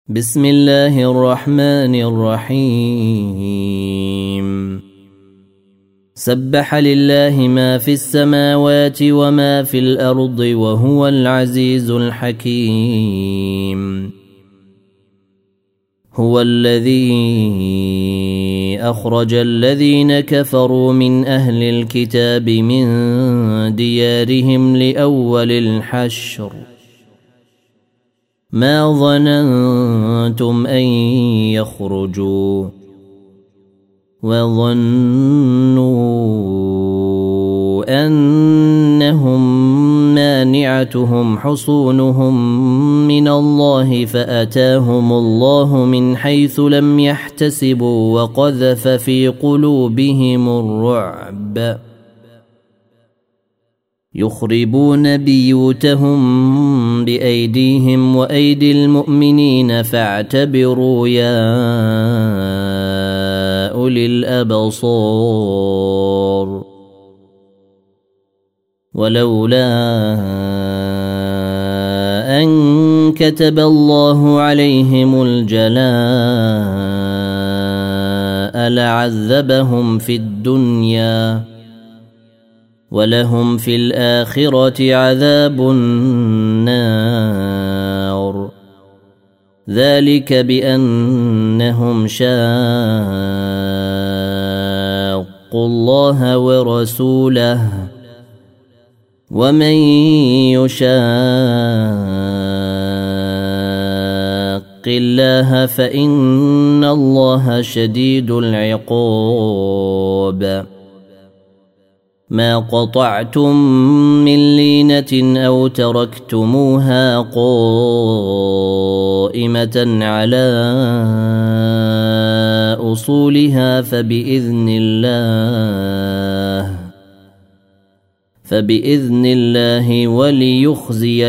بسم الله الرحمن الرحيم سبح لله ما في السماوات وما في الأرض وهو العزيز الحكيم هو الذي أخرج الذين كفروا من أهل الكتاب من ديارهم لأول الحشر ما ظننتم أن يخرجوا وظنوا أنهم مانعتهم حصونهم من الله فأتاهم الله من حيث لم يحتسبوا وقذف في قلوبهم الرعب يخربون بيوتهم بأيديهم وأيدي المؤمنين فاعتبروا يا أولي الأبصار ولولا أن كتب الله عليهم الجلاء لعذبهم في الدنيا ولهم في الآخرة عذاب النار ذلك بأنهم شاقوا الله ورسوله ومن يشاق الله فإن الله شديد العقاب ما قطعتم من لينة أو تركتموها قائمة على أصولها فبإذن الله وليخزي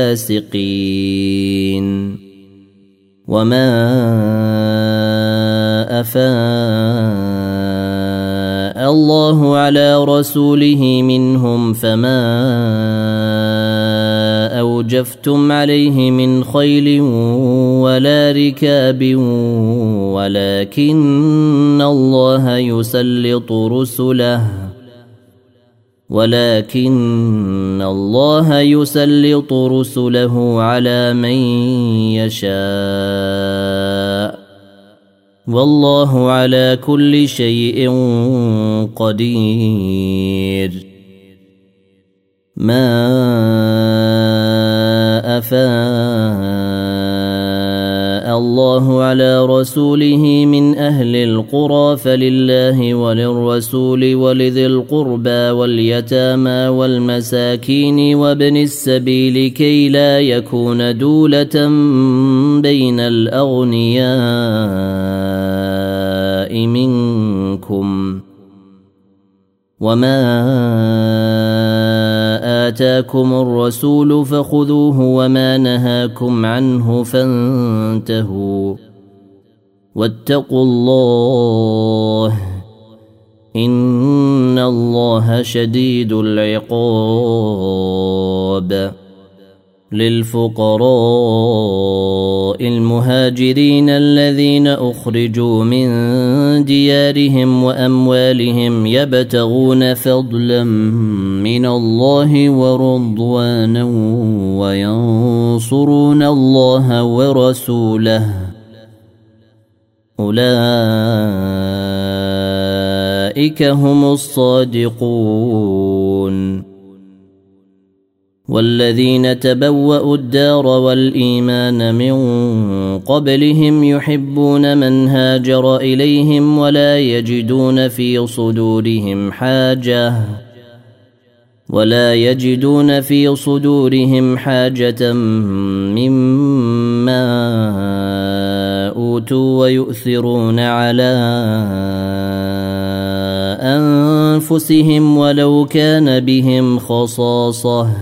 الفاسقين وما أفاء الله على رسوله منهم فما أوجفتم عليه من خيل ولا ركاب ولكن الله يسلط رسله على من يشاء والله على كل شيء قدير ما أفاء الله على رسوله من أهل القرى فلله وللرسول ولذي القربى واليتامى والمساكين وابن السبيل كي لا يكون دولة بين الأغنياء منكم وما آتاكم الرسول فخذوه وما نهاكم عنه فانتهوا واتقوا الله إن الله شديد العقاب للفقراء المهاجرين الذين أخرجوا من ديارهم وأموالهم يبتغون فضلا من الله ورضوانا وينصرون الله ورسوله أولئك هم الصادقون والذين تبوأوا الدار والإيمان من قبلهم يحبون من هاجر إليهم ولا يجدون في صدورهم حاجة مما أوتوا ويؤثرون على أنفسهم ولو كان بهم خصاصة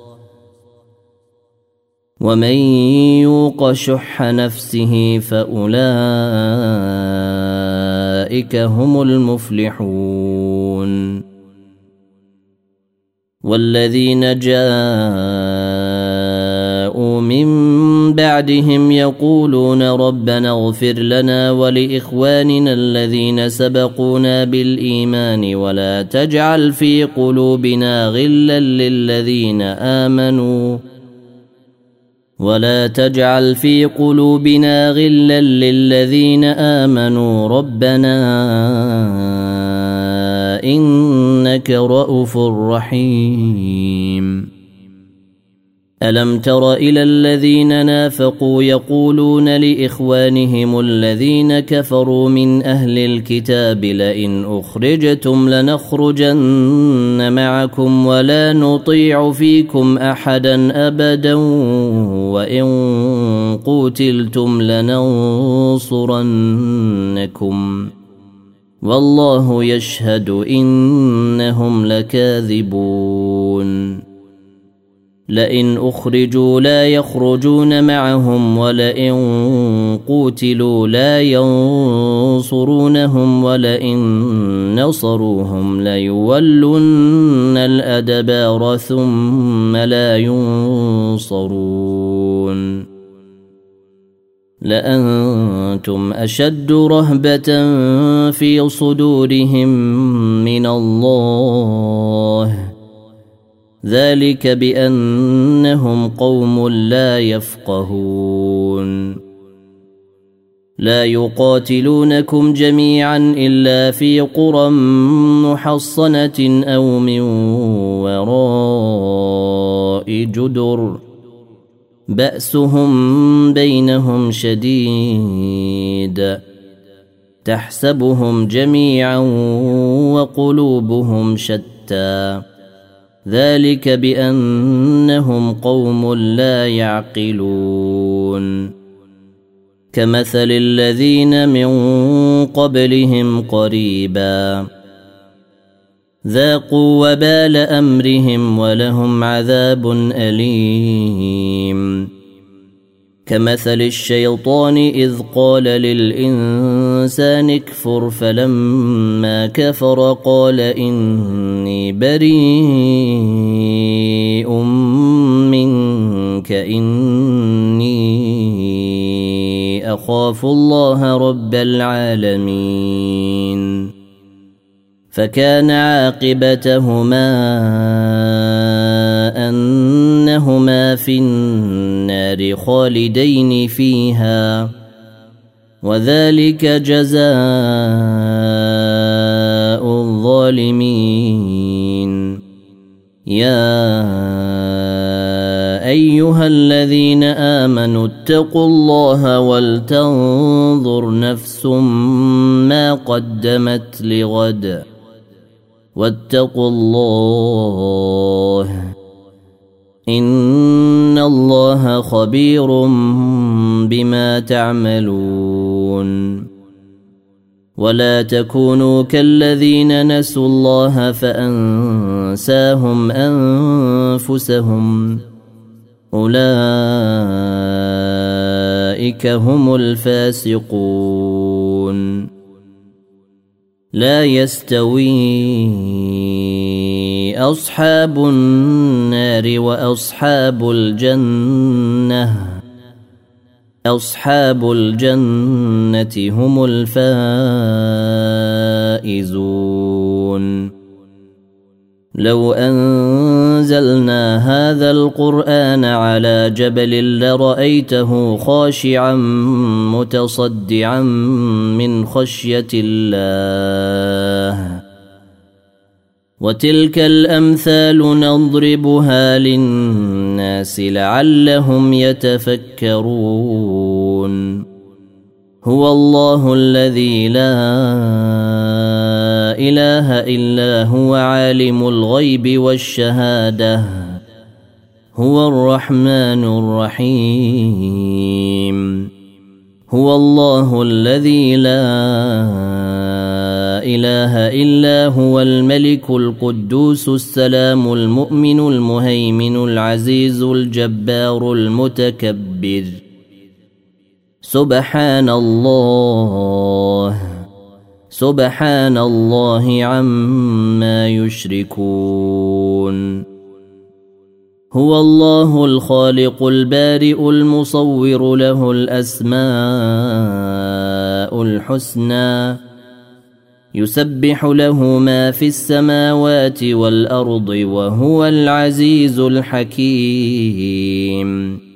ومن يوق شح نفسه فأولئك هم المفلحون والذين جاءوا من بعدهم يقولون ربنا اغفر لنا ولإخواننا الذين سبقونا بالإيمان ولا تجعل في قلوبنا غلا للذين آمنوا ربنا إنك رؤوف رحيم. ألم تر إلى الذين نافقوا يقولون لإخوانهم الذين كفروا من أهل الكتاب لئن أخرجتم لنخرجن معكم ولا نطيع فيكم أحدا أبدا وإن قوتلتم لننصرنكم والله يشهد إنهم لكاذبون. لئن أخرجوا لا يخرجون معهم ولئن قوتلوا لا ينصرونهم ولئن نصروهم ليولن الأدبار ثم لا ينصرون. لأنتم أشد رهبة في صدورهم من الله ذلك بأنهم قوم لا يفقهون. لا يقاتلونكم جميعا إلا في قرى محصنة أو من وراء جدر بأسهم بينهم شديد تحسبهم جميعا وقلوبهم شتى ذلك بأنهم قوم لا يعقلون. كمثل الذين من قبلهم قريبا ذاقوا وبال أمرهم ولهم عذاب أليم. كمثل الشيطان إذ قال للإنسان اكفر فلما كفر قال إني بريء منك إني أخاف الله رب العالمين. فكان عاقبتهما أنهما في النار خالدين فيها وذلك جزاء الظالمين. يا أيها الذين آمنوا اتقوا الله ولتنظر نفس ما قدمت لغد واتقوا الله إن الله خبير بما تعملون. ولا تكونوا كالذين نسوا الله فأنساهم أنفسهم أولئك هم الفاسقون. لا يستوي أصحاب النار وأصحاب الجنة هم الفائزون. لو أنزلنا هذا القرآن على جبل لرأيته خاشعا متصدعا من خشية الله. وتلك الأمثال نضربها للناس لعلهم يتفكرون. هو الله الذي لا إله إلا هو عالم الغيب والشهادة هو الرحمن الرحيم. هو الله الذي لا إله إلا هو الملك القدوس السلام المؤمن المهيمن العزيز الجبار المتكبر. سبحان الله عما يشركون. هو الله الخالق البارئ المصور له الأسماء الحسنى يسبح له ما في السماوات والأرض وهو العزيز الحكيم